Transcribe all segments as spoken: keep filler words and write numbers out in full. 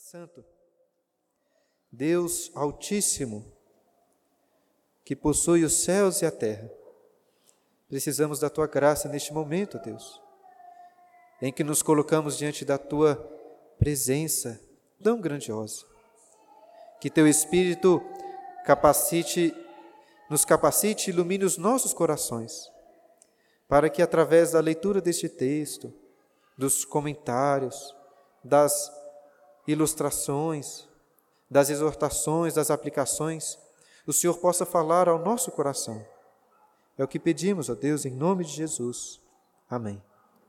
Santo, Deus Altíssimo, que possui os céus e a terra, precisamos da Tua graça neste momento, Deus, em que nos colocamos diante da Tua presença tão grandiosa. Que Teu Espírito capacite, nos capacite e ilumine os nossos corações, para que através da leitura deste texto, dos comentários, das ilustrações, das exortações, das aplicações, o Senhor possa falar ao nosso coração. É o que pedimos, ó Deus, em nome de Jesus. Amém.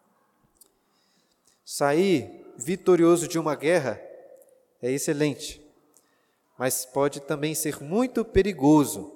Sair vitorioso de uma guerra é excelente, mas pode também ser muito perigoso.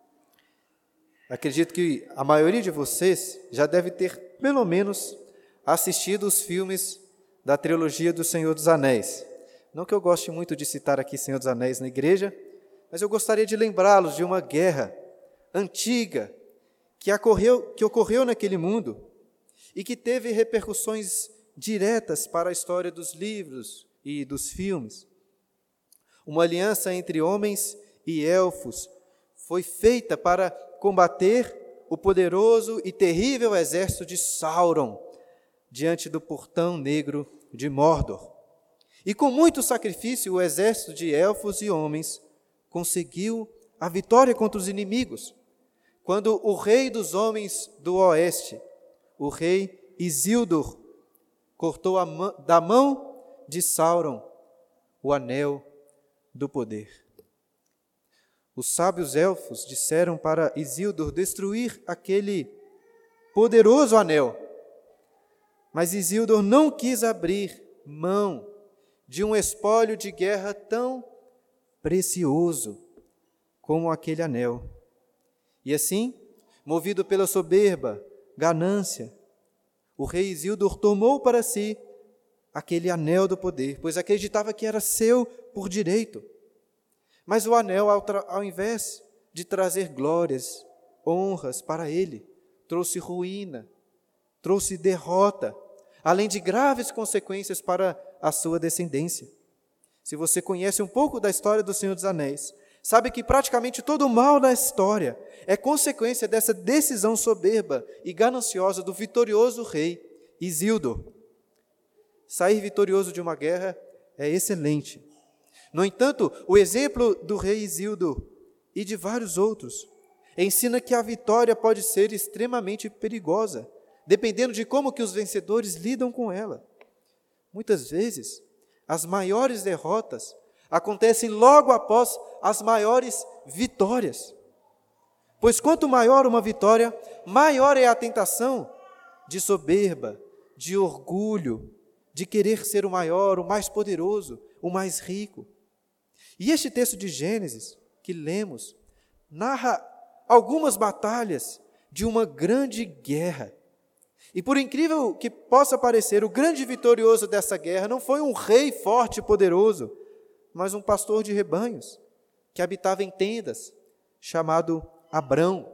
Acredito que a maioria de vocês já deve ter, pelo menos, assistido os filmes da trilogia do Senhor dos Anéis. Não que eu goste muito de citar aqui Senhor dos Anéis na igreja, mas eu gostaria de lembrá-los de uma guerra antiga que ocorreu, que ocorreu naquele mundo e que teve repercussões diretas para a história dos livros e dos filmes. Uma aliança entre homens e elfos foi feita para combater o poderoso e terrível exército de Sauron diante do portão negro de Mordor. E com muito sacrifício, o exército de elfos e homens conseguiu a vitória contra os inimigos, quando o rei dos homens do oeste, o rei Isildur, cortou a mão, da mão de Sauron o anel do poder. Os sábios elfos disseram para Isildur destruir aquele poderoso anel, mas Isildur não quis abrir mão de um espólio de guerra tão precioso como aquele anel. E assim, movido pela soberba, ganância, o rei Isildur tomou para si aquele anel do poder, pois acreditava que era seu por direito. Mas o anel, ao, tra- ao invés de trazer glórias, honras para ele, trouxe ruína, trouxe derrota, além de graves consequências para a sua descendência. Se você conhece um pouco da história do Senhor dos Anéis, sabe que praticamente todo o mal na história é consequência dessa decisão soberba e gananciosa do vitorioso rei Isildur. Sair vitorioso de uma guerra é excelente. No entanto, o exemplo do rei Isildur e de vários outros ensina que a vitória pode ser extremamente perigosa, dependendo de como que os vencedores lidam com ela. Muitas vezes, as maiores derrotas acontecem logo após as maiores vitórias. Pois quanto maior uma vitória, maior é a tentação de soberba, de orgulho, de querer ser o maior, o mais poderoso, o mais rico. E este texto de Gênesis, que lemos, narra algumas batalhas de uma grande guerra. E por incrível que possa parecer, o grande vitorioso dessa guerra não foi um rei forte e poderoso, mas um pastor de rebanhos, que habitava em tendas, chamado Abrão.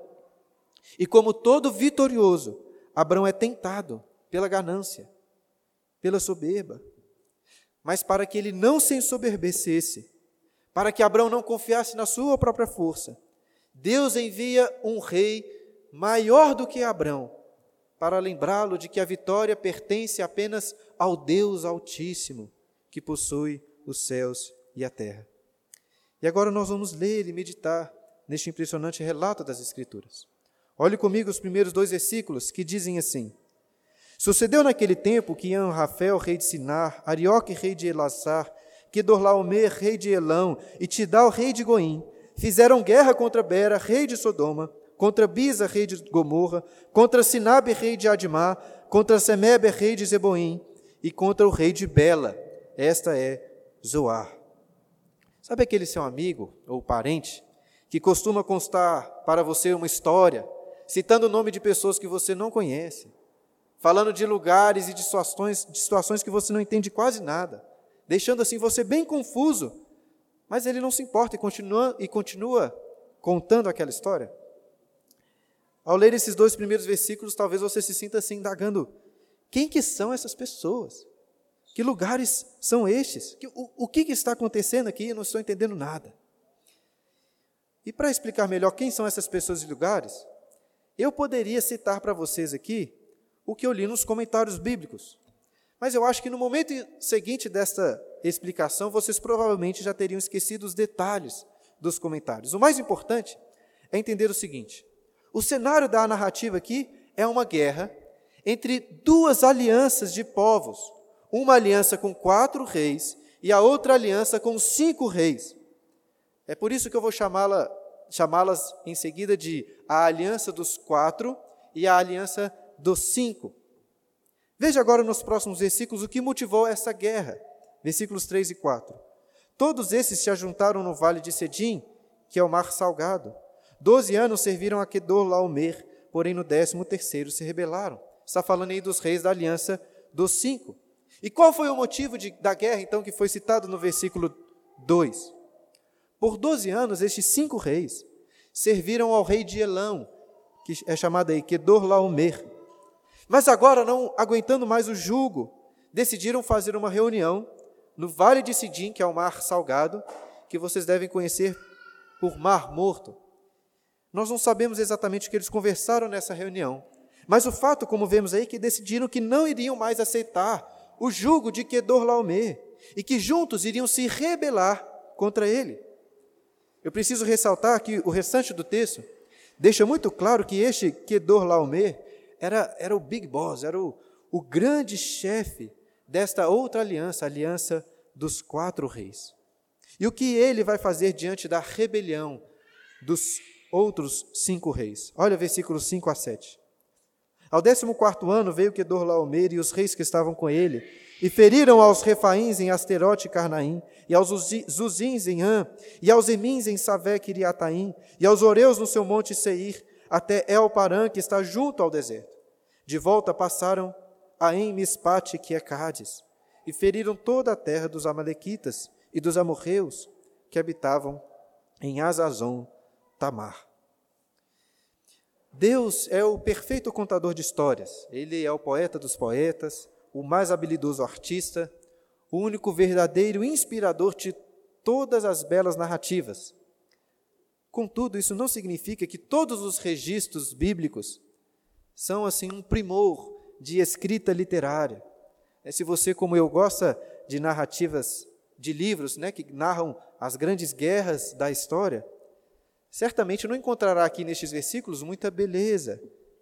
E como todo vitorioso, Abrão é tentado pela ganância, pela soberba. Mas para que ele não se ensoberbecesse, para que Abrão não confiasse na sua própria força, Deus envia um rei maior do que Abrão, para lembrá-lo de que a vitória pertence apenas ao Deus Altíssimo, que possui os céus e a terra. E agora nós vamos ler e meditar neste impressionante relato das Escrituras. Olhe comigo os primeiros dois versículos, que dizem assim: Sucedeu naquele tempo que Anrafel, rei de Sinar, Arioque, rei de Elassar, Quedorlaomer, rei de Elão, e Tidal, rei de Goim, fizeram guerra contra Bera, rei de Sodoma, contra Bisa, rei de Gomorra, contra Sinabe, rei de Admá, contra Semebe, rei de Zeboim, e contra o rei de Bela. Esta é Zoar. Sabe aquele seu amigo ou parente que costuma contar para você uma história, citando o nome de pessoas que você não conhece, falando de lugares e de situações, de situações que você não entende quase nada, deixando assim você bem confuso, mas ele não se importa e continua, e continua contando aquela história? Ao ler esses dois primeiros versículos, talvez você se sinta assim, indagando: quem que são essas pessoas? Que lugares são estes? Que, o, o que, que está acontecendo aqui? Eu não estou entendendo nada. E para explicar melhor quem são essas pessoas e lugares, eu poderia citar para vocês aqui o que eu li nos comentários bíblicos. Mas eu acho que no momento seguinte desta explicação, vocês provavelmente já teriam esquecido os detalhes dos comentários. O mais importante é entender o seguinte: o cenário da narrativa aqui é uma guerra entre duas alianças de povos, uma aliança com quatro reis e a outra aliança com cinco reis. É por isso que eu vou chamá-la, chamá-las em seguida de a aliança dos quatro e a aliança dos cinco. Veja agora nos próximos versículos o que motivou essa guerra. Versículos três e quatro. Todos esses se ajuntaram no vale de Cedim, que é o mar salgado. Doze anos serviram a Quedorlaomer, porém no décimo terceiro se rebelaram. Está falando aí dos reis da aliança dos cinco. E qual foi o motivo de, da guerra, então, que foi citado no versículo dois? Por doze anos, estes cinco reis serviram ao rei de Elão, que é chamado aí Quedorlaomer. Mas agora, não aguentando mais o jugo, decidiram fazer uma reunião no Vale de Sidim, que é o Mar Salgado, que vocês devem conhecer por Mar Morto. Nós não sabemos exatamente o que eles conversaram nessa reunião, mas o fato, como vemos aí, é que decidiram que não iriam mais aceitar o jugo de Quedorlaomer e que juntos iriam se rebelar contra ele. Eu preciso ressaltar que o restante do texto deixa muito claro que este Quedorlaomer era, era o big boss, era o, o grande chefe desta outra aliança, a aliança dos quatro reis. E o que ele vai fazer diante da rebelião dos outros cinco reis? Olha versículos cinco a sete. Ao décimo quarto ano veio Quedorlaomer e os reis que estavam com ele, e feriram aos Refaíns em Asterote e Carnaim, e aos Zuzins em Ã, e aos Emins em Savé Kiriataim, e aos Oreus no seu monte Seir, até El-Parã, que está junto ao deserto. De volta passaram a En-Mispate, que é Cádiz, e feriram toda a terra dos Amalequitas e dos amorreus, que habitavam em Azazon Tamar. Deus é o perfeito contador de histórias. Ele é o poeta dos poetas, o mais habilidoso artista, o único verdadeiro inspirador de todas as belas narrativas. Contudo, isso não significa que todos os registros bíblicos são assim um primor de escrita literária. Se você, como eu, gosta de narrativas de livros, né, que narram as grandes guerras da história, certamente não encontrará aqui nestes versículos muita beleza,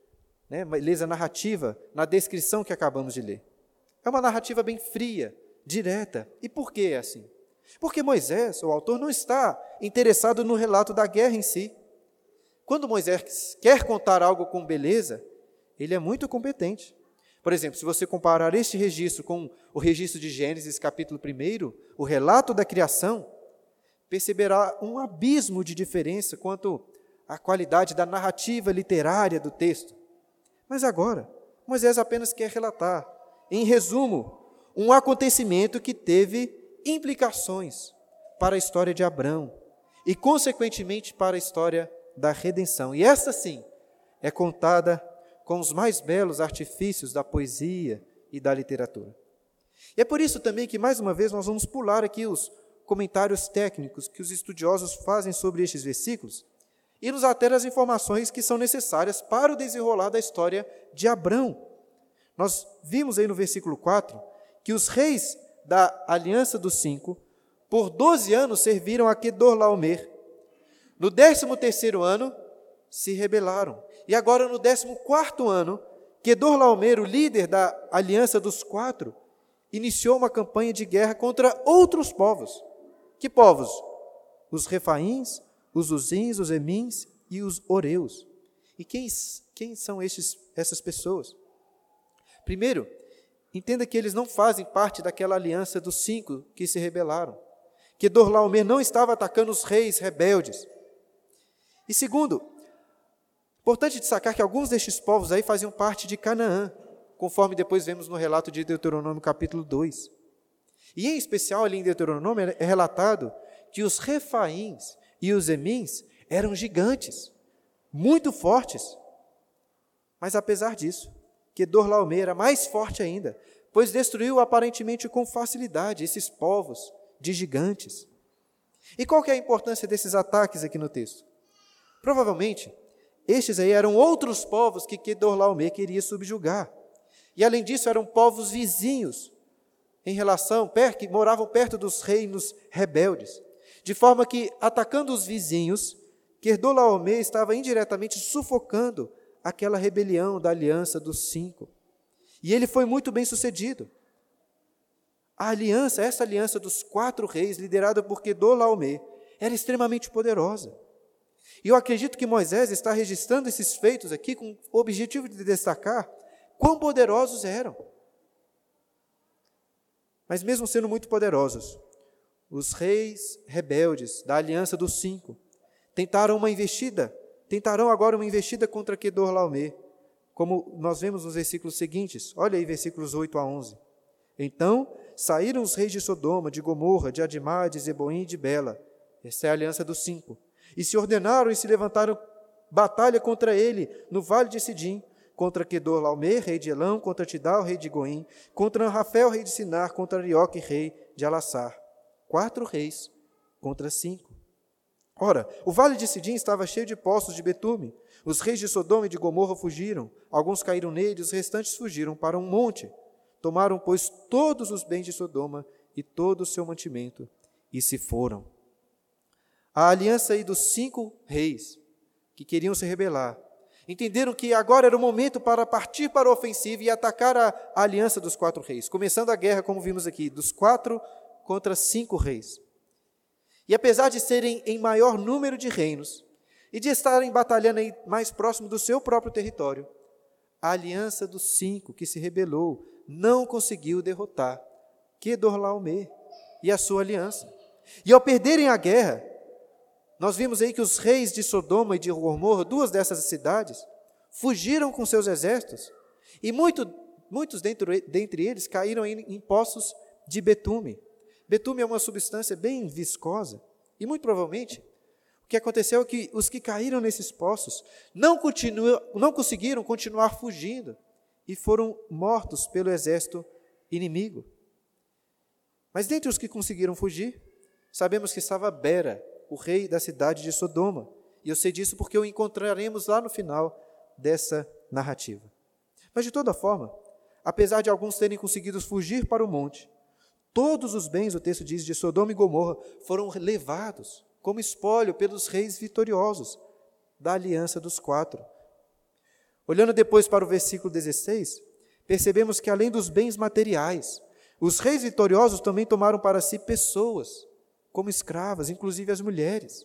né, beleza narrativa na descrição que acabamos de ler. É uma narrativa bem fria, direta. E por que é assim? Porque Moisés, o autor, não está interessado no relato da guerra em si. Quando Moisés quer contar algo com beleza, ele é muito competente. Por exemplo, se você comparar este registro com o registro de Gênesis, capítulo um, o relato da criação, perceberá um abismo de diferença quanto à qualidade da narrativa literária do texto. Mas agora, Moisés apenas quer relatar, em resumo, um acontecimento que teve implicações para a história de Abrão e, consequentemente, para a história da redenção. E esta, sim, é contada com os mais belos artifícios da poesia e da literatura. E é por isso também que, mais uma vez, nós vamos pular aqui os comentários técnicos que os estudiosos fazem sobre estes versículos e nos ater as informações que são necessárias para o desenrolar da história de Abrão. Nós vimos aí no versículo quatro que os reis da aliança dos cinco, por doze anos serviram a Quedorlaomer. No décimo terceiro ano, se rebelaram. E agora, no décimo quarto ano, Quedorlaomer, o líder da aliança dos quatro, iniciou uma campanha de guerra contra outros povos. Que povos? Os Refaíns, os Uzins, os Emins e os Oreus. E quem, quem são estes, essas pessoas? Primeiro, entenda que eles não fazem parte daquela aliança dos cinco que se rebelaram. Quedorlaomer não estava atacando os reis rebeldes. E segundo, importante destacar que alguns destes povos aí faziam parte de Canaã, conforme depois vemos no relato de Deuteronômio capítulo dois. E em especial ali em Deuteronômio é relatado que os Refaíns e os Emins eram gigantes, muito fortes. Mas apesar disso, Quedorlaomer era mais forte ainda, pois destruiu aparentemente com facilidade esses povos de gigantes. E qual que é a importância desses ataques aqui no texto? Provavelmente, estes aí eram outros povos que Quedorlaomer queria subjugar. E além disso, eram povos vizinhos, em relação, que moravam perto dos reinos rebeldes. De forma que, atacando os vizinhos, Quedorlaomer estava indiretamente sufocando aquela rebelião da aliança dos cinco. E ele foi muito bem sucedido. A aliança, essa aliança dos quatro reis, liderada por Quedorlaomer, era extremamente poderosa. E eu acredito que Moisés está registrando esses feitos aqui com o objetivo de destacar quão poderosos eram. Mas mesmo sendo muito poderosos, os reis rebeldes da aliança dos cinco tentaram uma investida, tentarão agora uma investida contra Quedorlaomer, como nós vemos nos versículos seguintes. Olha aí, versículos oito a onze. Então saíram os reis de Sodoma, de Gomorra, de Adimá, de Zeboim e de Bela. Essa é a aliança dos cinco. E se ordenaram e se levantaram batalha contra ele, no vale de Sidim, contra Quedorlaomer, rei de Elão, contra Tidal, rei de Goim, contra Anrafel, rei de Sinar, contra Arioque, rei de Alassar. Quatro reis contra cinco. Ora, o vale de Sidim estava cheio de poços de betume. Os reis de Sodoma e de Gomorra fugiram. Alguns caíram nele, os restantes fugiram para um monte. Tomaram, pois, todos os bens de Sodoma e todo o seu mantimento, e se foram. A aliança aí dos cinco reis, que queriam se rebelar, entenderam que agora era o momento para partir para a ofensiva e atacar a, a aliança dos quatro reis, começando a guerra, como vimos aqui, dos quatro contra cinco reis. E apesar de serem em maior número de reinos, e de estarem batalhando aí mais próximo do seu próprio território, a aliança dos cinco que se rebelou não conseguiu derrotar Quedorlaomer e a sua aliança. E ao perderem a guerra, nós vimos aí que os reis de Sodoma e de Gomorra, duas dessas cidades, fugiram com seus exércitos, e muito, muitos dentre, dentre eles caíram em, em poços de betume. Betume é uma substância bem viscosa, e muito provavelmente o que aconteceu é que os que caíram nesses poços não, continuam, não conseguiram continuar fugindo, e foram mortos pelo exército inimigo. Mas dentre os que conseguiram fugir, sabemos que estava Bera, o rei da cidade de Sodoma. E eu sei disso porque o encontraremos lá no final dessa narrativa. Mas, de toda forma, apesar de alguns terem conseguido fugir para o monte, todos os bens, o texto diz, de Sodoma e Gomorra foram levados como espólio pelos reis vitoriosos da aliança dos quatro. Olhando depois para o versículo dezesseis, percebemos que, além dos bens materiais, os reis vitoriosos também tomaram para si pessoas como escravas, inclusive as mulheres.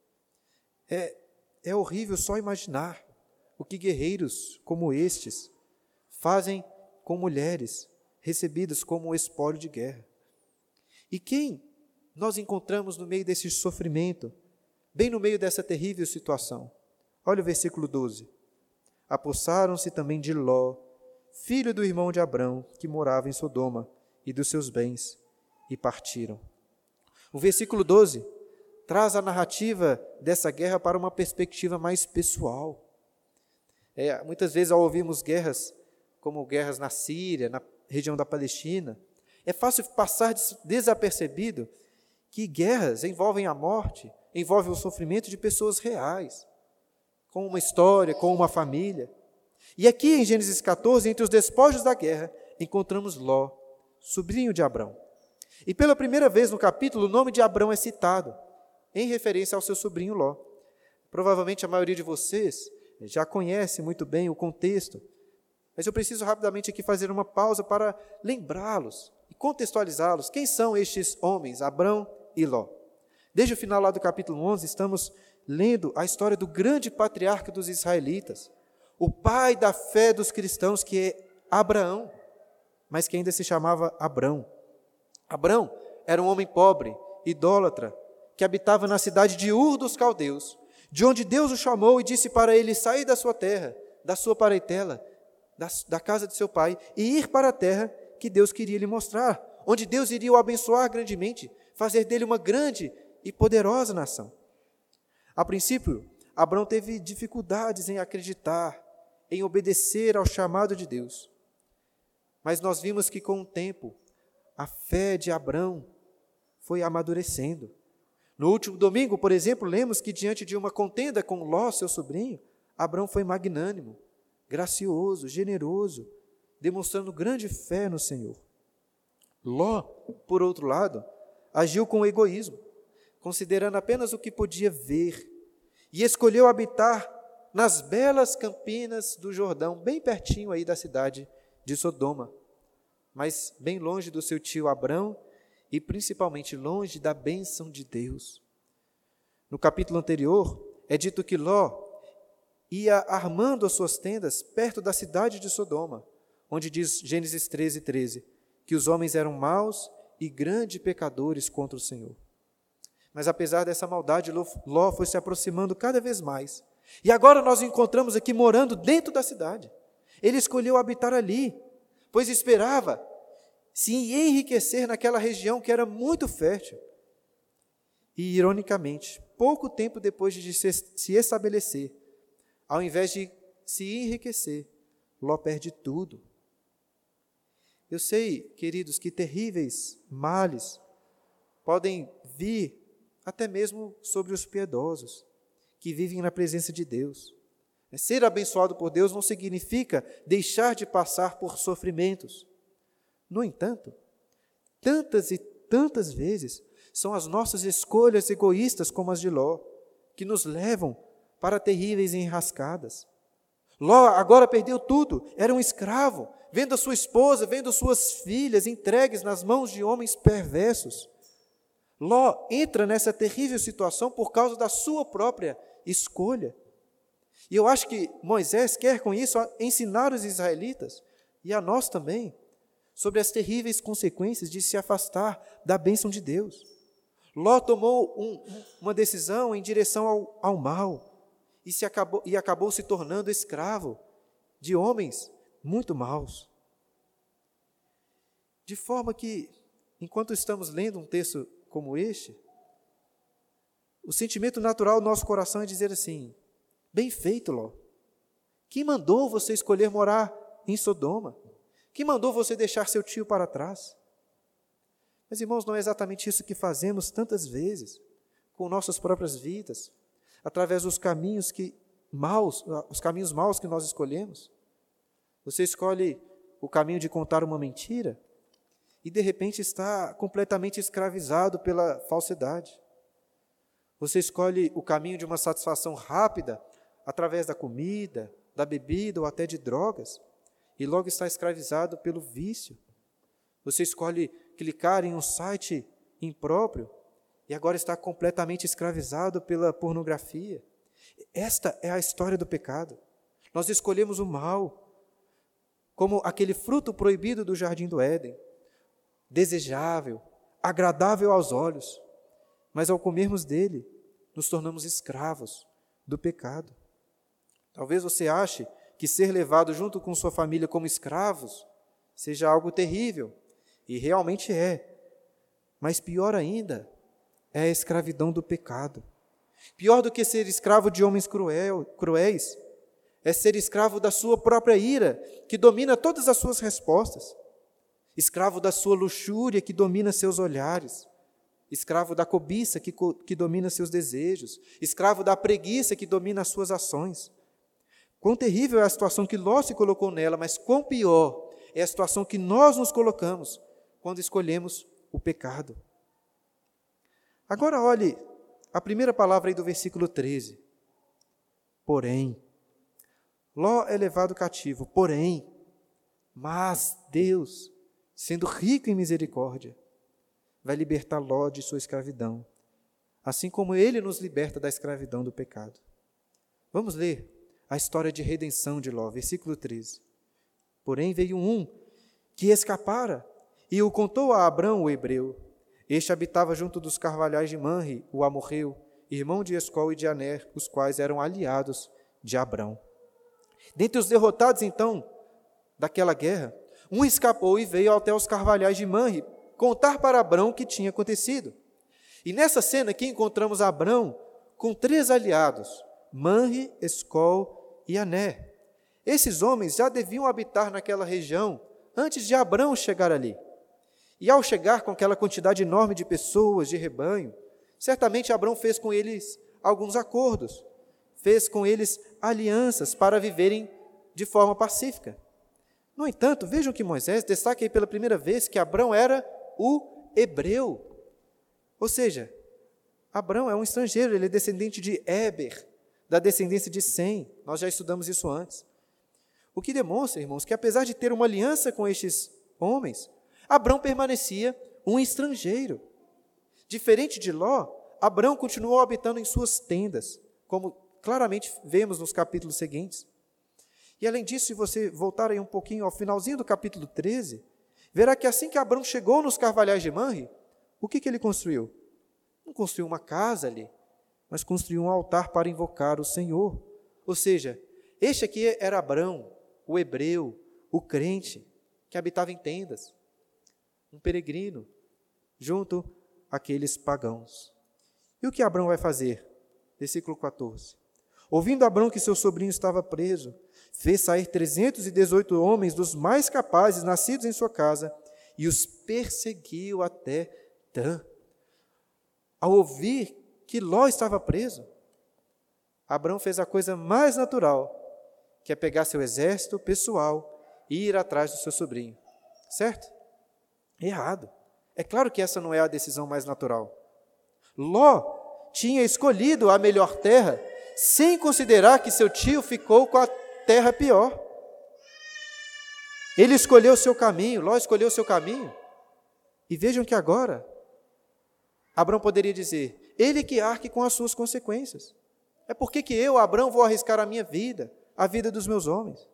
É, é horrível só imaginar o que guerreiros como estes fazem com mulheres recebidas como espólio de guerra. E quem nós encontramos no meio desse sofrimento, bem no meio dessa terrível situação? Olha o versículo doze. Apossaram-se também de Ló, filho do irmão de Abrão, que morava em Sodoma, e dos seus bens, e partiram. O versículo doze traz a narrativa dessa guerra para uma perspectiva mais pessoal. É, muitas vezes, ao ouvirmos guerras, como guerras na Síria, na região da Palestina, é fácil passar desapercebido que guerras envolvem a morte, envolvem o sofrimento de pessoas reais, com uma história, com uma família. E aqui em Gênesis catorze, entre os despojos da guerra, encontramos Ló, sobrinho de Abrão. E pela primeira vez no capítulo, o nome de Abrão é citado, em referência ao seu sobrinho Ló. Provavelmente a maioria de vocês já conhece muito bem o contexto, mas eu preciso rapidamente aqui fazer uma pausa para lembrá-los e contextualizá-los. Quem são estes homens, Abrão e Ló? Desde o final lá do capítulo onze, estamos lendo a história do grande patriarca dos israelitas, o pai da fé dos cristãos, que é Abraão, mas que ainda se chamava Abrão. Abrão era um homem pobre, idólatra, que habitava na cidade de Ur dos Caldeus, de onde Deus o chamou e disse para ele sair da sua terra, da sua parentela, da, da casa de seu pai, e ir para a terra que Deus queria lhe mostrar, onde Deus iria o abençoar grandemente, fazer dele uma grande e poderosa nação. A princípio, Abrão teve dificuldades em acreditar, em obedecer ao chamado de Deus. Mas nós vimos que com o tempo, a fé de Abrão foi amadurecendo. No último domingo, por exemplo, lemos que diante de uma contenda com Ló, seu sobrinho, Abrão foi magnânimo, gracioso, generoso, demonstrando grande fé no Senhor. Ló, por outro lado, agiu com egoísmo, considerando apenas o que podia ver, e escolheu habitar nas belas campinas do Jordão, bem pertinho aí da cidade de Sodoma, mas bem longe do seu tio Abrão e principalmente longe da bênção de Deus. No capítulo anterior, é dito que Ló ia armando as suas tendas perto da cidade de Sodoma, onde diz Gênesis treze, treze, que os homens eram maus e grandes pecadores contra o Senhor. Mas apesar dessa maldade, Ló foi se aproximando cada vez mais. E agora nós o encontramos aqui morando dentro da cidade. Ele escolheu habitar ali, pois esperava se enriquecer naquela região que era muito fértil. E, ironicamente, pouco tempo depois de se estabelecer, ao invés de se enriquecer, Ló perde tudo. Eu sei, queridos, que terríveis males podem vir até mesmo sobre os piedosos, que vivem na presença de Deus. Ser abençoado por Deus não significa deixar de passar por sofrimentos. No entanto, tantas e tantas vezes são as nossas escolhas egoístas, como as de Ló, que nos levam para terríveis enrascadas. Ló agora perdeu tudo, era um escravo, vendo a sua esposa, vendo suas filhas entregues nas mãos de homens perversos. Ló entra nessa terrível situação por causa da sua própria escolha. E eu acho que Moisés quer com isso ensinar os israelitas, e a nós também, sobre as terríveis consequências de se afastar da bênção de Deus. Ló tomou um, uma decisão em direção ao, ao mal, e, se acabou, e acabou se tornando escravo de homens muito maus. De forma que, enquanto estamos lendo um texto como este, o sentimento natural do nosso coração é dizer assim: bem feito, Ló. Quem mandou você escolher morar em Sodoma? Quem mandou você deixar seu tio para trás? Mas, irmãos, não é exatamente isso que fazemos tantas vezes com nossas próprias vidas, através dos caminhos que maus, os caminhos maus que nós escolhemos. Você escolhe o caminho de contar uma mentira e, de repente, está completamente escravizado pela falsidade. Você escolhe o caminho de uma satisfação rápida através da comida, da bebida ou até de drogas, e logo está escravizado pelo vício. Você escolhe clicar em um site impróprio e agora está completamente escravizado pela pornografia. Esta é a história do pecado. Nós escolhemos o mal, como aquele fruto proibido do jardim do Éden, desejável, agradável aos olhos, mas ao comermos dele, nos tornamos escravos do pecado. Talvez você ache que ser levado junto com sua família como escravos seja algo terrível, e realmente é. Mas pior ainda é a escravidão do pecado. Pior do que ser escravo de homens cruel, cruéis é ser escravo da sua própria ira, que domina todas as suas respostas. Escravo da sua luxúria, que domina seus olhares. Escravo da cobiça, que, que domina seus desejos. Escravo da preguiça, que domina as suas ações. Quão terrível é a situação que Ló se colocou nela, mas quão pior é a situação que nós nos colocamos quando escolhemos o pecado. Agora olhe a primeira palavra aí do versículo treze. Porém, Ló é levado cativo, porém, mas Deus, sendo rico em misericórdia, vai libertar Ló de sua escravidão, assim como Ele nos liberta da escravidão do pecado. Vamos ler a história de redenção de Ló, versículo treze. Porém veio um que escapara e o contou a Abrão, o hebreu. Este habitava junto dos carvalhais de Manre, o amorreu, irmão de Escol e de Aner, os quais eram aliados de Abrão. Dentre os derrotados, então, daquela guerra, um escapou e veio até os carvalhais de Manre contar para Abrão o que tinha acontecido. E nessa cena aqui encontramos Abrão com três aliados, Manre, Escol e Aner. Esses homens já deviam habitar naquela região antes de Abrão chegar ali. E ao chegar com aquela quantidade enorme de pessoas, de rebanho, certamente Abrão fez com eles alguns acordos, fez com eles alianças para viverem de forma pacífica. No entanto, vejam que Moisés destaca aí pela primeira vez que Abrão era o hebreu. Ou seja, Abrão é um estrangeiro, ele é descendente de Éber, da descendência de Sem. Nós já estudamos isso antes. O que demonstra, irmãos, que apesar de ter uma aliança com estes homens, Abrão permanecia um estrangeiro. Diferente de Ló, Abrão continuou habitando em suas tendas, como claramente vemos nos capítulos seguintes. E além disso, se você voltar aí um pouquinho ao finalzinho do capítulo treze, verá que assim que Abrão chegou nos carvalhais de Manre, o que, que ele construiu? Não construiu uma casa ali, mas construiu um altar para invocar o Senhor. Ou seja, este aqui era Abrão, o hebreu, o crente, que habitava em tendas, um peregrino, junto àqueles pagãos. E o que Abrão vai fazer? Versículo quatorze. Ouvindo Abrão que seu sobrinho estava preso, fez sair trezentos e dezoito homens dos mais capazes, nascidos em sua casa, e os perseguiu até Dan. Ao ouvir que Ló estava preso, Abrão fez a coisa mais natural, que é pegar seu exército pessoal e ir atrás do seu sobrinho. Certo? Errado. É claro que essa não é a decisão mais natural. Ló tinha escolhido a melhor terra, sem considerar que seu tio ficou com a terra pior. Ele escolheu o seu caminho, Ló escolheu o seu caminho. E vejam que agora, Abrão poderia dizer, ele que arque com as suas consequências. É porque que eu, Abrão, vou arriscar a minha vida, a vida dos meus homens.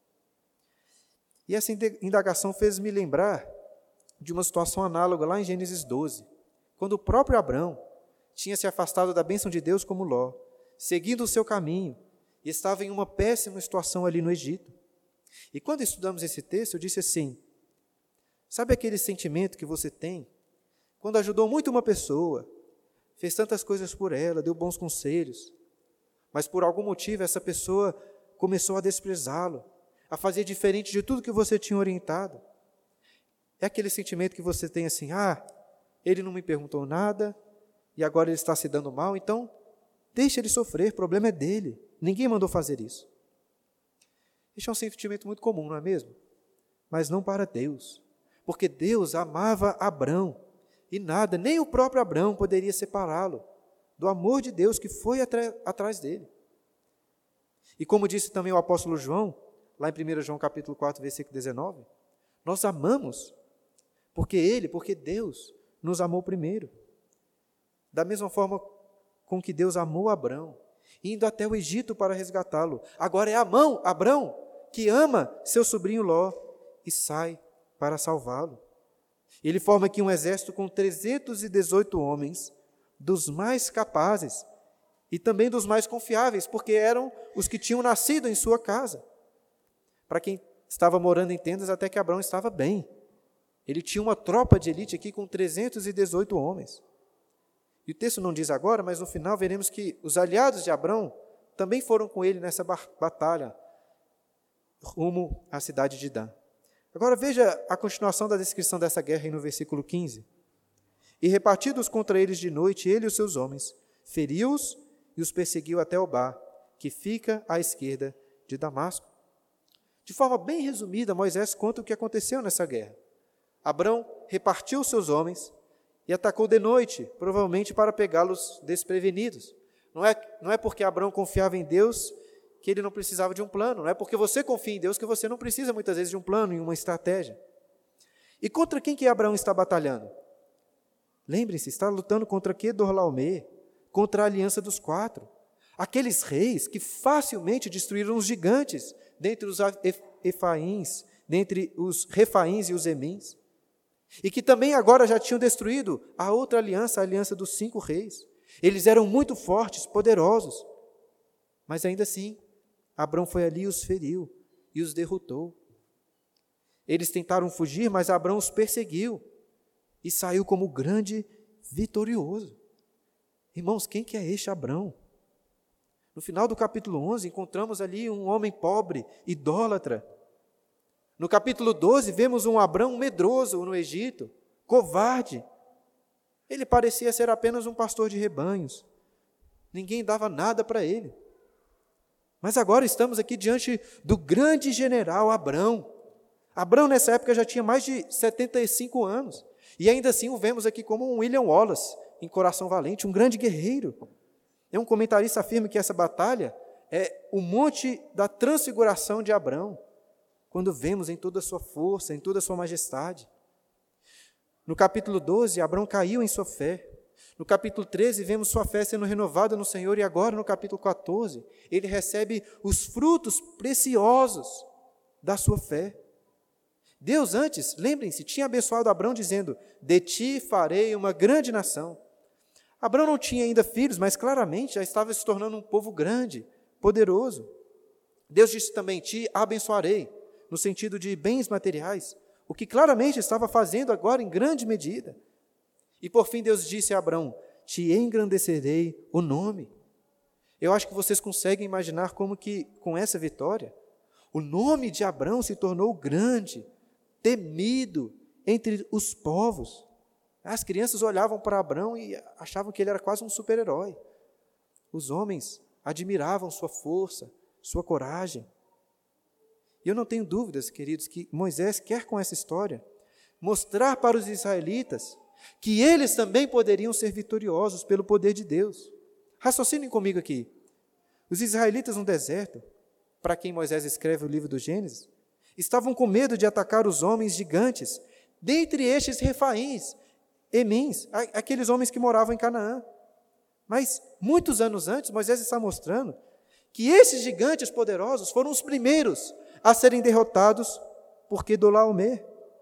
E essa indagação fez-me lembrar de uma situação análoga lá em Gênesis doze, quando o próprio Abrão tinha se afastado da bênção de Deus como Ló, seguindo o seu caminho, e estava em uma péssima situação ali no Egito. E quando estudamos esse texto, eu disse assim, sabe aquele sentimento que você tem, quando ajudou muito uma pessoa, fez tantas coisas por ela, deu bons conselhos, mas por algum motivo essa pessoa começou a desprezá-lo, a fazer diferente de tudo que você tinha orientado. É aquele sentimento que você tem assim, ah, ele não me perguntou nada, e agora ele está se dando mal, então deixa ele sofrer, o problema é dele, ninguém mandou fazer isso. Este é um sentimento muito comum, não é mesmo? Mas não para Deus, porque Deus amava Abrão, e nada, nem o próprio Abrão poderia separá-lo do amor de Deus que foi atrás dele. E como disse também o apóstolo João, lá em primeiro João capítulo quatro, versículo dezenove, nós amamos, porque ele, porque Deus nos amou primeiro. Da mesma forma com que Deus amou Abrão, indo até o Egito para resgatá-lo. Agora é Amão, Abrão, que ama seu sobrinho Ló e sai para salvá-lo. Ele forma aqui um exército com trezentos e dezoito homens, dos mais capazes e também dos mais confiáveis, porque eram os que tinham nascido em sua casa. Para quem estava morando em tendas, até que Abrão estava bem. Ele tinha uma tropa de elite aqui com trezentos e dezoito homens. E o texto não diz agora, mas no final veremos que os aliados de Abrão também foram com ele nessa batalha, rumo à cidade de Dan. Agora veja a continuação da descrição dessa guerra aí no versículo quinze. E repartidos contra eles de noite, ele e os seus homens, feriu-os e os perseguiu até Obá, que fica à esquerda de Damasco. De forma bem resumida, Moisés conta o que aconteceu nessa guerra. Abrão repartiu os seus homens e atacou de noite, provavelmente para pegá-los desprevenidos. Não é, não é porque Abrão confiava em Deus que ele não precisava de um plano, não é porque você confia em Deus que você não precisa muitas vezes de um plano e uma estratégia. E contra quem que Abraão está batalhando? Lembre-se, está lutando contra Quedorlaomer, contra a aliança dos quatro, aqueles reis que facilmente destruíram os gigantes dentre os Efaíns, dentre os Refaíns e os Emins, e que também agora já tinham destruído a outra aliança, a aliança dos cinco reis. Eles eram muito fortes, poderosos, mas ainda assim, Abrão foi ali e os feriu e os derrotou. Eles tentaram fugir, mas Abrão os perseguiu e saiu como grande vitorioso. Irmãos, quem que é este Abrão? No final do capítulo onze, encontramos ali um homem pobre, idólatra, No capítulo doze, vemos um Abrão medroso no Egito, covarde. Ele parecia ser apenas um pastor de rebanhos. Ninguém dava nada para ele. Mas agora estamos aqui diante do grande general Abrão. Abrão, nessa época, já tinha mais de setenta e cinco anos. E ainda assim o vemos aqui como um William Wallace, em Coração Valente, um grande guerreiro. É um comentarista afirma que essa batalha é o monte da transfiguração de Abrão, quando vemos em toda a sua força, em toda a sua majestade. No capítulo doze, Abrão caiu em sua fé. No capítulo treze, vemos sua fé sendo renovada no Senhor, e agora, no capítulo quatorze, ele recebe os frutos preciosos da sua fé. Deus antes, lembrem-se, tinha abençoado Abrão dizendo: de ti farei uma grande nação. Abrão não tinha ainda filhos, mas claramente já estava se tornando um povo grande, poderoso. Deus disse também: te abençoarei, no sentido de bens materiais, o que claramente estava fazendo agora em grande medida. E por fim Deus disse a Abrão: te engrandecerei o nome. Eu acho que vocês conseguem imaginar como que, com essa vitória, o nome de Abrão se tornou grande, temido entre os povos. As crianças olhavam para Abrão e achavam que ele era quase um super-herói. Os homens admiravam sua força, sua coragem. E eu não tenho dúvidas, queridos, que Moisés quer com essa história mostrar para os israelitas que eles também poderiam ser vitoriosos pelo poder de Deus. Raciocinem comigo aqui. Os israelitas no deserto, para quem Moisés escreve o livro do Gênesis, estavam com medo de atacar os homens gigantes, dentre estes refaíns, emins, aqueles homens que moravam em Canaã. Mas, muitos anos antes, Moisés está mostrando que esses gigantes poderosos foram os primeiros a serem derrotados por Quedorlaomer.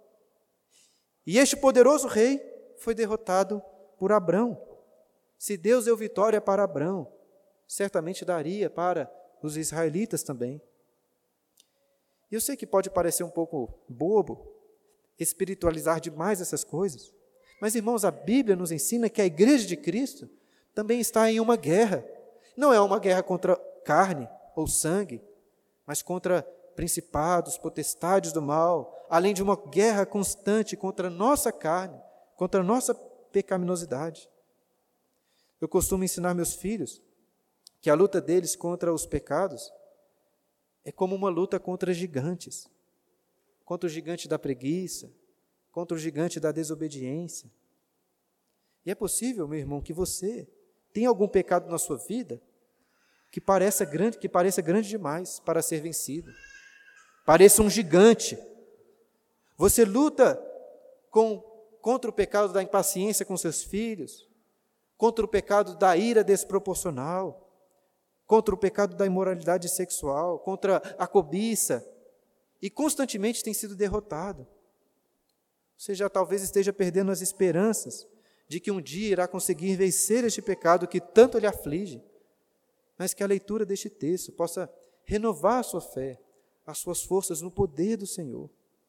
E este poderoso rei foi derrotado por Abrão. Se Deus deu vitória para Abrão, certamente daria para os israelitas também. E eu sei que pode parecer um pouco bobo espiritualizar demais essas coisas, mas, irmãos, a Bíblia nos ensina que a igreja de Cristo também está em uma guerra. Não é uma guerra contra carne ou sangue, mas contra principados, potestades do mal, além de uma guerra constante contra a nossa carne, contra a nossa pecaminosidade. Eu costumo ensinar meus filhos que a luta deles contra os pecados é como uma luta contra gigantes, contra o gigante da preguiça, contra o gigante da desobediência. E é possível, meu irmão, que você tenha algum pecado na sua vida que pareça grande, que pareça grande demais para ser vencido. Pareça um gigante. Você luta com, contra o pecado da impaciência com seus filhos, contra o pecado da ira desproporcional, contra o pecado da imoralidade sexual, contra a cobiça, e constantemente tem sido derrotado. Você já talvez esteja perdendo as esperanças de que um dia irá conseguir vencer este pecado que tanto lhe aflige, mas que a leitura deste texto possa renovar a sua fé, as suas forças no poder do Senhor.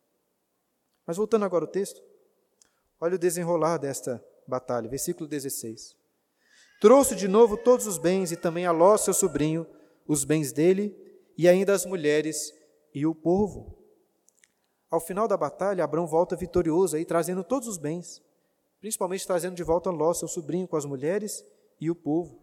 Mas voltando agora ao texto, olha o desenrolar desta batalha, versículo dezesseis. Trouxe de novo todos os bens e também a Ló, seu sobrinho, os bens dele e ainda as mulheres e o povo. Ao final da batalha, Abrão volta vitorioso, aí, trazendo todos os bens, principalmente trazendo de volta Ló, seu sobrinho, com as mulheres e o povo.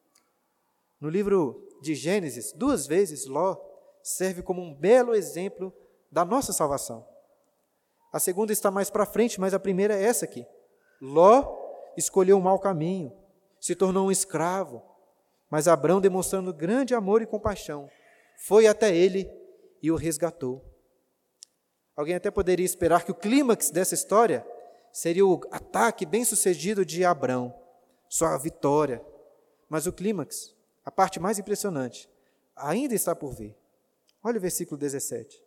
No livro de Gênesis, duas vezes Ló serve como um belo exemplo da nossa salvação. A segunda está mais para frente, mas a primeira é essa aqui. Ló escolheu um mau caminho, se tornou um escravo, mas Abrão, demonstrando grande amor e compaixão, foi até ele e o resgatou. Alguém até poderia esperar que o clímax dessa história seria o ataque bem-sucedido de Abrão, sua vitória. Mas o clímax, a parte mais impressionante, ainda está por vir. Olha o versículo dezessete.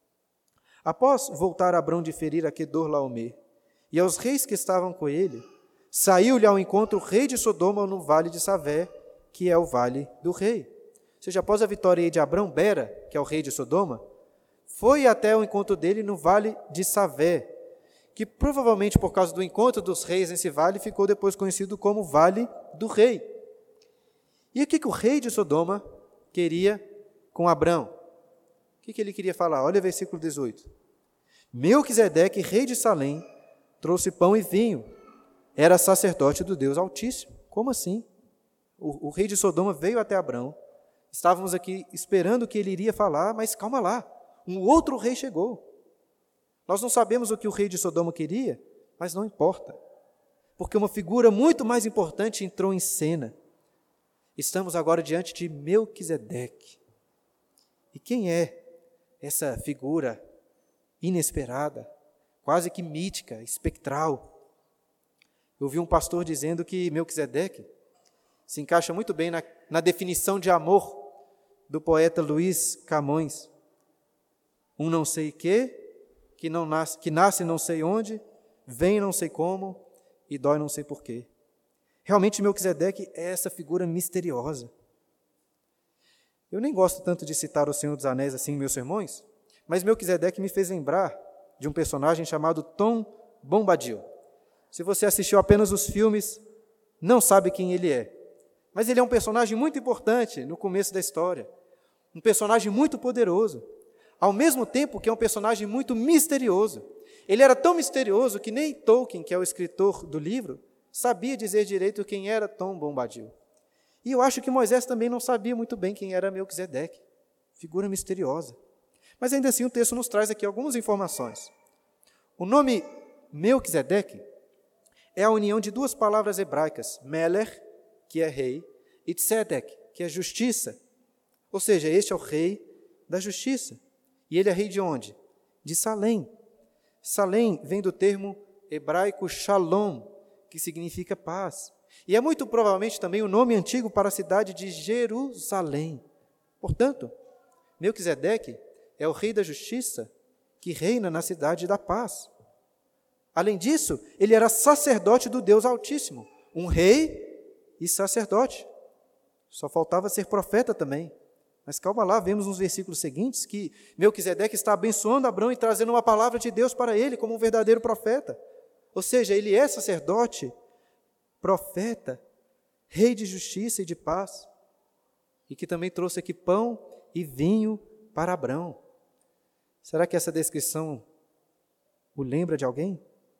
Após voltar Abrão de ferir a Quedorlaomer e aos reis que estavam com ele, saiu-lhe ao encontro o rei de Sodoma no vale de Savé, que é o vale do rei. Ou seja, após a vitória de Abrão, Bera, que é o rei de Sodoma, foi até o encontro dele no vale de Savé, que provavelmente por causa do encontro dos reis nesse vale, ficou depois conhecido como Vale do Rei. E o que, que o rei de Sodoma queria com Abrão? O que, que ele queria falar? Olha o versículo dezoito. Melquisedeque, rei de Salém, trouxe pão e vinho. Era sacerdote do Deus Altíssimo. Como assim? O, o rei de Sodoma veio até Abrão. Estávamos aqui esperando que ele iria falar, mas calma lá. Um outro rei chegou. Nós não sabemos o que o rei de Sodoma queria, mas não importa. Porque uma figura muito mais importante entrou em cena. Estamos agora diante de Melquisedeque. E quem é essa figura inesperada, quase que mítica, espectral? Eu vi um pastor dizendo que Melquisedeque se encaixa muito bem na, na definição de amor do poeta Luís Camões. Um não sei que, que, não nasce, que nasce não sei onde, vem não sei como e dói não sei porquê. Realmente Melquisedeque é essa figura misteriosa. Eu nem gosto tanto de citar o Senhor dos Anéis assim em meus sermões, mas Melquisedeque me fez lembrar de um personagem chamado Tom Bombadil. Se você assistiu apenas os filmes, não sabe quem ele é. Mas ele é um personagem muito importante no começo da história. Um personagem muito poderoso. Ao mesmo tempo que é um personagem muito misterioso. Ele era tão misterioso que nem Tolkien, que é o escritor do livro, sabia dizer direito quem era Tom Bombadil. E eu acho que Moisés também não sabia muito bem quem era Melquisedeque. Figura misteriosa. Mas ainda assim o texto nos traz aqui algumas informações. O nome Melquisedeque é a união de duas palavras hebraicas, Meler, que é rei, e Tzedek, que é justiça. Ou seja, este é o rei da justiça. E ele é rei de onde? De Salém. Salém vem do termo hebraico shalom, que significa paz. E é muito provavelmente também o nome antigo para a cidade de Jerusalém. Portanto, Melquisedeque é o rei da justiça que reina na cidade da paz. Além disso, ele era sacerdote do Deus Altíssimo, um rei e sacerdote. Só faltava ser profeta também. Mas calma lá, vemos nos versículos seguintes que Melquisedeque está abençoando Abrão e trazendo uma palavra de Deus para ele como um verdadeiro profeta. Ou seja, ele é sacerdote, profeta, rei de justiça e de paz, e que também trouxe aqui pão e vinho para Abrão. Será que essa descrição o lembra de alguém?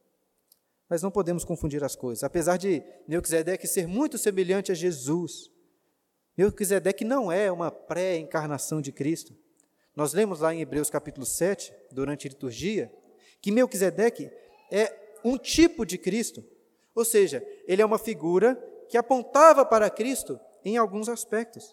Mas não podemos confundir as coisas. Apesar de Melquisedeque ser muito semelhante a Jesus, Melquisedeque não é uma pré-encarnação de Cristo. Nós lemos lá em Hebreus capítulo sete, durante a liturgia, que Melquisedeque é um tipo de Cristo. Ou seja, ele é uma figura que apontava para Cristo em alguns aspectos.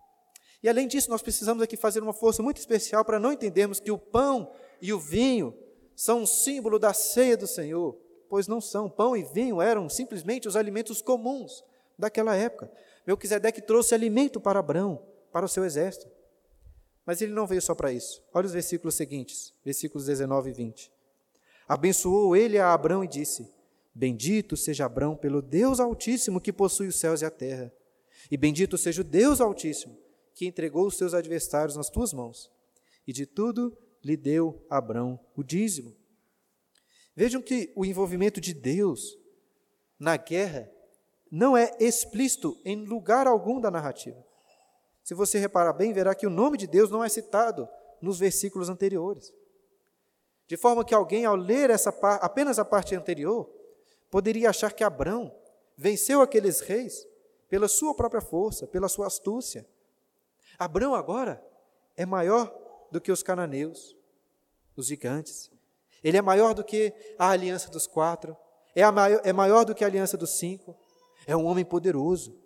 E além disso, nós precisamos aqui fazer uma força muito especial para não entendermos que o pão e o vinho são um símbolo da ceia do Senhor, pois não são. Pão e vinho eram simplesmente os alimentos comuns daquela época. Melquisedeque trouxe alimento para Abrão, para o seu exército. Mas ele não veio só para isso. Olha os versículos seguintes, versículos dezenove e vinte. Abençoou ele a Abrão e disse: Bendito seja Abrão pelo Deus Altíssimo que possui os céus e a terra. E bendito seja o Deus Altíssimo que entregou os seus adversários nas tuas mãos. E de tudo lhe deu Abrão o dízimo. Vejam que o envolvimento de Deus na guerra não é explícito em lugar algum da narrativa. Se você reparar bem, verá que o nome de Deus não é citado nos versículos anteriores. De forma que alguém, ao ler essa par, apenas a parte anterior, poderia achar que Abrão venceu aqueles reis pela sua própria força, pela sua astúcia. Abrão agora é maior do que os cananeus, os gigantes. Ele é maior do que a aliança dos quatro, é, a maior, é maior do que a aliança dos cinco. É um homem poderoso.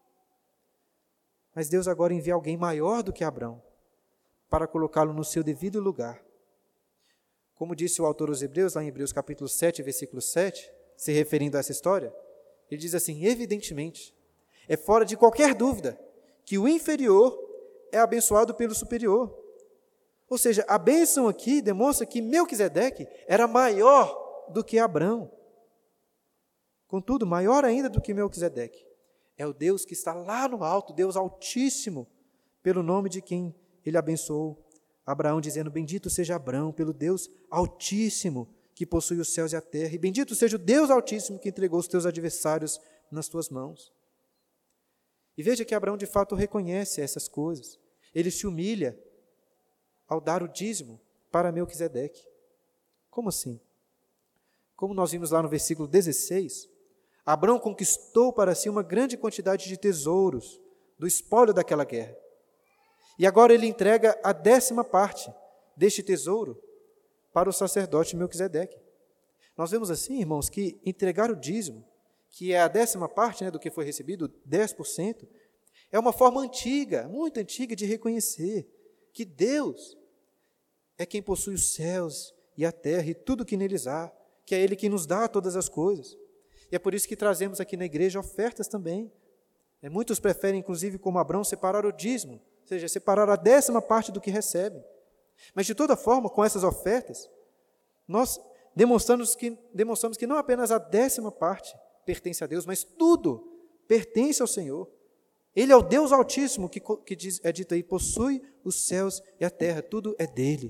Mas Deus agora envia alguém maior do que Abrão para colocá-lo no seu devido lugar. Como disse o autor aos Hebreus, lá em Hebreus capítulo sete, versículo sete, se referindo a essa história, ele diz assim: evidentemente, é fora de qualquer dúvida que o inferior é abençoado pelo superior. Ou seja, a bênção aqui demonstra que Melquisedeque era maior do que Abrão. Contudo, maior ainda do que Melquisedeque é o Deus que está lá no alto, Deus Altíssimo, pelo nome de quem ele abençoou Abraão, dizendo: bendito seja Abrão pelo Deus Altíssimo que possui os céus e a terra, e bendito seja o Deus Altíssimo que entregou os teus adversários nas tuas mãos. E veja que Abraão de fato reconhece essas coisas. Ele se humilha ao dar o dízimo para Melquisedeque. Como assim? Como nós vimos lá no versículo dezesseis, Abrão conquistou para si uma grande quantidade de tesouros, do espólio daquela guerra. E agora ele entrega a décima parte deste tesouro para o sacerdote Melquisedeque. Nós vemos assim, irmãos, que entregar o dízimo, que é a décima parte, né, do que foi recebido, dez por cento, é uma forma antiga, muito antiga, de reconhecer que Deus é quem possui os céus e a terra e tudo que neles há, que é Ele que nos dá todas as coisas. E é por isso que trazemos aqui na igreja ofertas também. É, muitos preferem, inclusive, como Abrão, separar o dízimo, ou seja, separar a décima parte do que recebem. Mas, de toda forma, com essas ofertas, nós demonstramos que, demonstramos que não apenas a décima parte pertence a Deus, mas tudo pertence ao Senhor. Ele é o Deus Altíssimo, que, que diz, é dito aí, possui os céus e a terra, tudo é dele.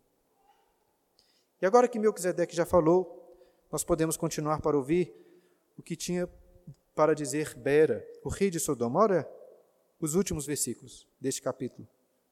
E agora que Melquisedeque já falou, nós podemos continuar para ouvir o que tinha para dizer Bera, o rei de Sodoma. Olha os últimos versículos deste capítulo.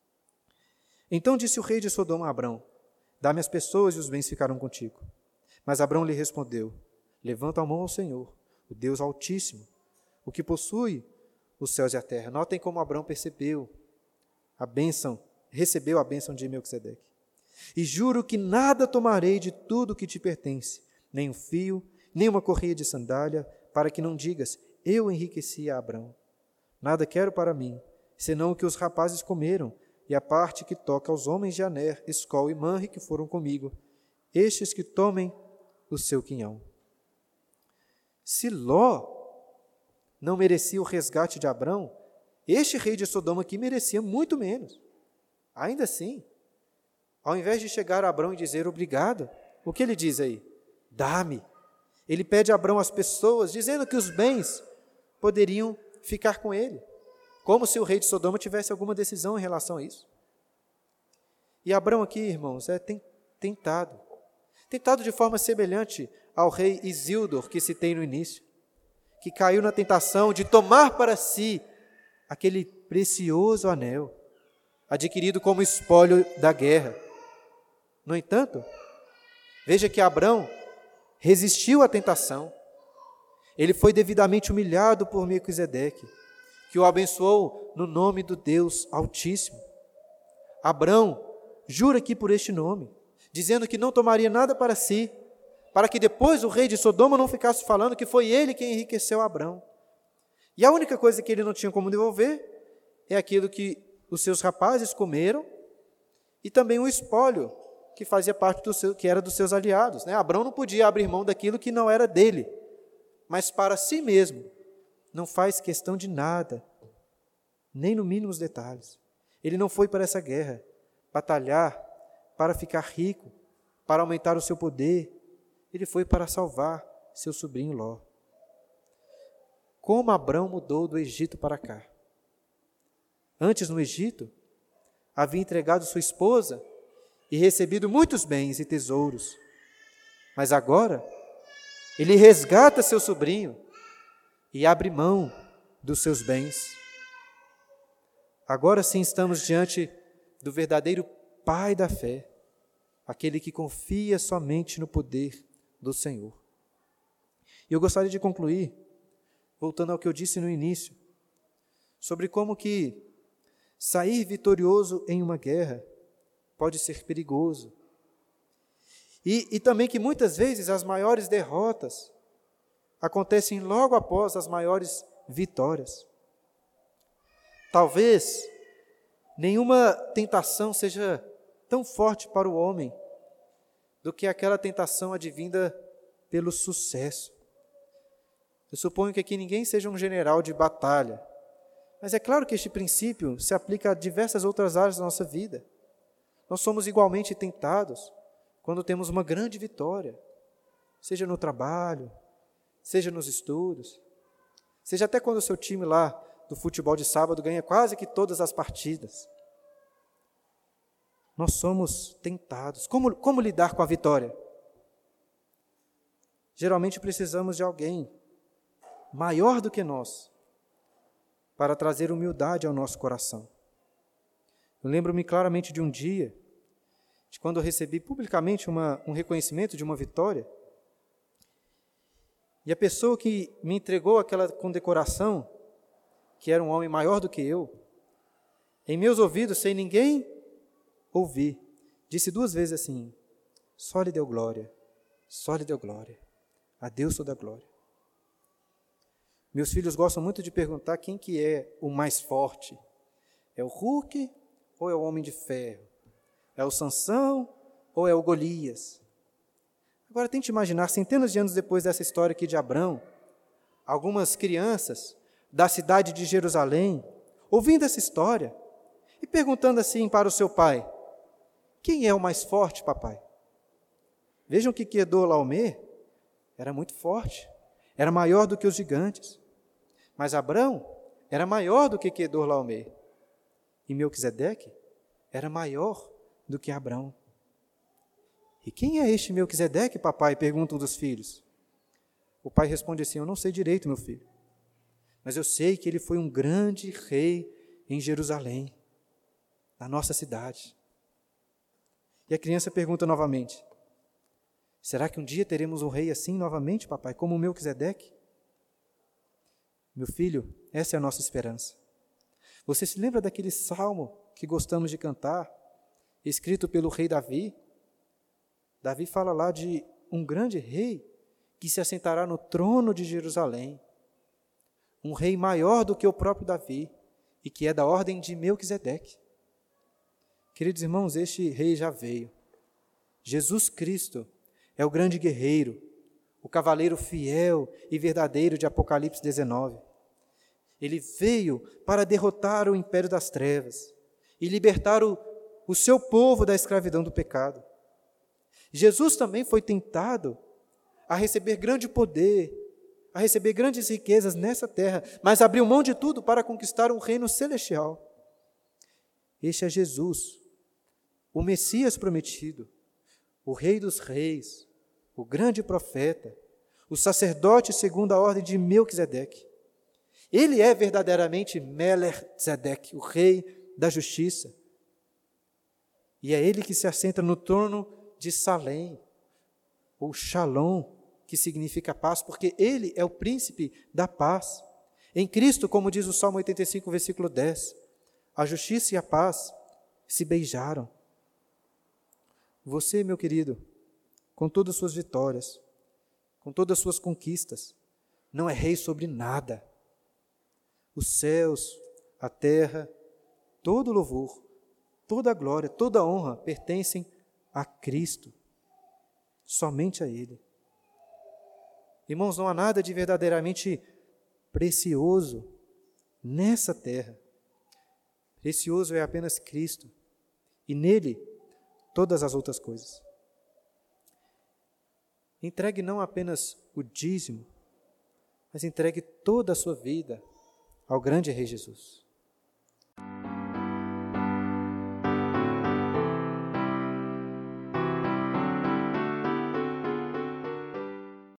Então disse o rei de Sodoma a Abrão: dá-me as pessoas e os bens ficarão contigo. Mas Abrão lhe respondeu: levanta a mão ao Senhor, o Deus Altíssimo, o que possui os céus e a terra. Notem como Abrão percebeu a bênção, recebeu a bênção de Melquisedeque. E juro que nada tomarei de tudo que te pertence, nem um fio, nem uma correia de sandália, para que não digas: eu enriqueci a Abrão. Nada quero para mim, senão o que os rapazes comeram, e a parte que toca aos homens de Aner, Escol e Manre que foram comigo, estes que tomem o seu quinhão. Se Ló não merecia o resgate de Abrão, este rei de Sodoma aqui merecia muito menos. Ainda assim, ao invés de chegar a Abrão e dizer obrigado, o que ele diz aí? Dá-me. Ele pede a Abrão as pessoas, dizendo que os bens poderiam ficar com ele, como se o rei de Sodoma tivesse alguma decisão em relação a isso. E Abrão aqui, irmãos, é tentado, tentado de forma semelhante ao rei Isildor, que citei no início, que caiu na tentação de tomar para si aquele precioso anel, adquirido como espólio da guerra. No entanto, veja que Abrão resistiu à tentação. Ele foi devidamente humilhado por Melquisedeque, que o abençoou no nome do Deus Altíssimo. Abrão jura aqui por este nome, dizendo que não tomaria nada para si, para que depois o rei de Sodoma não ficasse falando que foi ele quem enriqueceu Abrão. E a única coisa que ele não tinha como devolver é aquilo que os seus rapazes comeram e também o espólio que fazia parte do seu, que era dos seus aliados. Né? Abrão não podia abrir mão daquilo que não era dele, mas para si mesmo não faz questão de nada, nem no mínimo os detalhes. Ele não foi para essa guerra batalhar para ficar rico, para aumentar o seu poder. Ele foi para salvar seu sobrinho Ló. Como Abrão mudou do Egito para cá. Antes, no Egito, havia entregado sua esposa e recebido muitos bens e tesouros. Mas agora, ele resgata seu sobrinho e abre mão dos seus bens. Agora sim estamos diante do verdadeiro pai da fé, aquele que confia somente no poder do Senhor. E eu gostaria de concluir, voltando ao que eu disse no início, sobre como que sair vitorioso em uma guerra pode ser perigoso. E, e também que muitas vezes as maiores derrotas acontecem logo após as maiores vitórias. Talvez nenhuma tentação seja tão forte para o homem do que aquela tentação advinda pelo sucesso. Eu suponho que aqui ninguém seja um general de batalha, mas é claro que este princípio se aplica a diversas outras áreas da nossa vida. Nós somos igualmente tentados quando temos uma grande vitória, seja no trabalho, seja nos estudos, seja até quando o seu time lá do futebol de sábado ganha quase que todas as partidas. Nós somos tentados. Como, como lidar com a vitória? Geralmente precisamos de alguém maior do que nós para trazer humildade ao nosso coração. Eu lembro-me claramente de um dia de quando eu recebi publicamente uma, um reconhecimento de uma vitória. E a pessoa que me entregou aquela condecoração, que era um homem maior do que eu, em meus ouvidos, sem ninguém ouvir, disse duas vezes assim: só lhe deu glória, só lhe deu glória, a Deus toda a glória. Meus filhos gostam muito de perguntar quem que é o mais forte. É o Hulk ou é o Homem de Ferro? É o Sansão ou é o Golias? Agora tente imaginar, centenas de anos depois dessa história aqui de Abrão, algumas crianças da cidade de Jerusalém, ouvindo essa história e perguntando assim para o seu pai: quem é o mais forte, papai? Vejam que Quedorlaomer era muito forte, era maior do que os gigantes. Mas Abrão era maior do que Quedorlaomer. E Melquisedeque era maior do que Abrão. E quem é este Melquisedeque, papai? Perguntam um dos filhos. O pai responde assim: eu não sei direito, meu filho, mas eu sei que ele foi um grande rei em Jerusalém, na nossa cidade. E a criança pergunta novamente: será que um dia teremos um rei assim novamente, papai, como o Melquisedeque? Meu filho, essa é a nossa esperança. Você se lembra daquele salmo que gostamos de cantar, escrito pelo rei Davi? Davi fala lá de um grande rei que se assentará no trono de Jerusalém, um rei maior do que o próprio Davi e que é da ordem de Melquisedeque. Queridos irmãos, este rei já veio. Jesus Cristo é o grande guerreiro, o cavaleiro fiel e verdadeiro de Apocalipse dezenove. Ele veio para derrotar o império das trevas e libertar o, o seu povo da escravidão do pecado. Jesus também foi tentado a receber grande poder, a receber grandes riquezas nessa terra, mas abriu mão de tudo para conquistar um reino celestial. Este é Jesus, o Messias prometido, o Rei dos Reis, o grande profeta, o sacerdote segundo a ordem de Melquisedeque. Ele é verdadeiramente Melquisedeque, o Rei da Justiça. E é ele que se assenta no trono de Salém, ou Shalom, que significa paz, porque ele é o príncipe da paz. Em Cristo, como diz o Salmo oitenta e cinco, versículo dez, a justiça e a paz se beijaram. Você, meu querido, com todas as suas vitórias, com todas as suas conquistas, não é rei sobre nada. Os céus, a terra, todo louvor, toda glória, toda honra pertencem a Cristo, somente a Ele. Irmãos, não há nada de verdadeiramente precioso nessa terra. Precioso é apenas Cristo, e nele todas as outras coisas. Entregue não apenas o dízimo, mas entregue toda a sua vida ao grande Rei Jesus.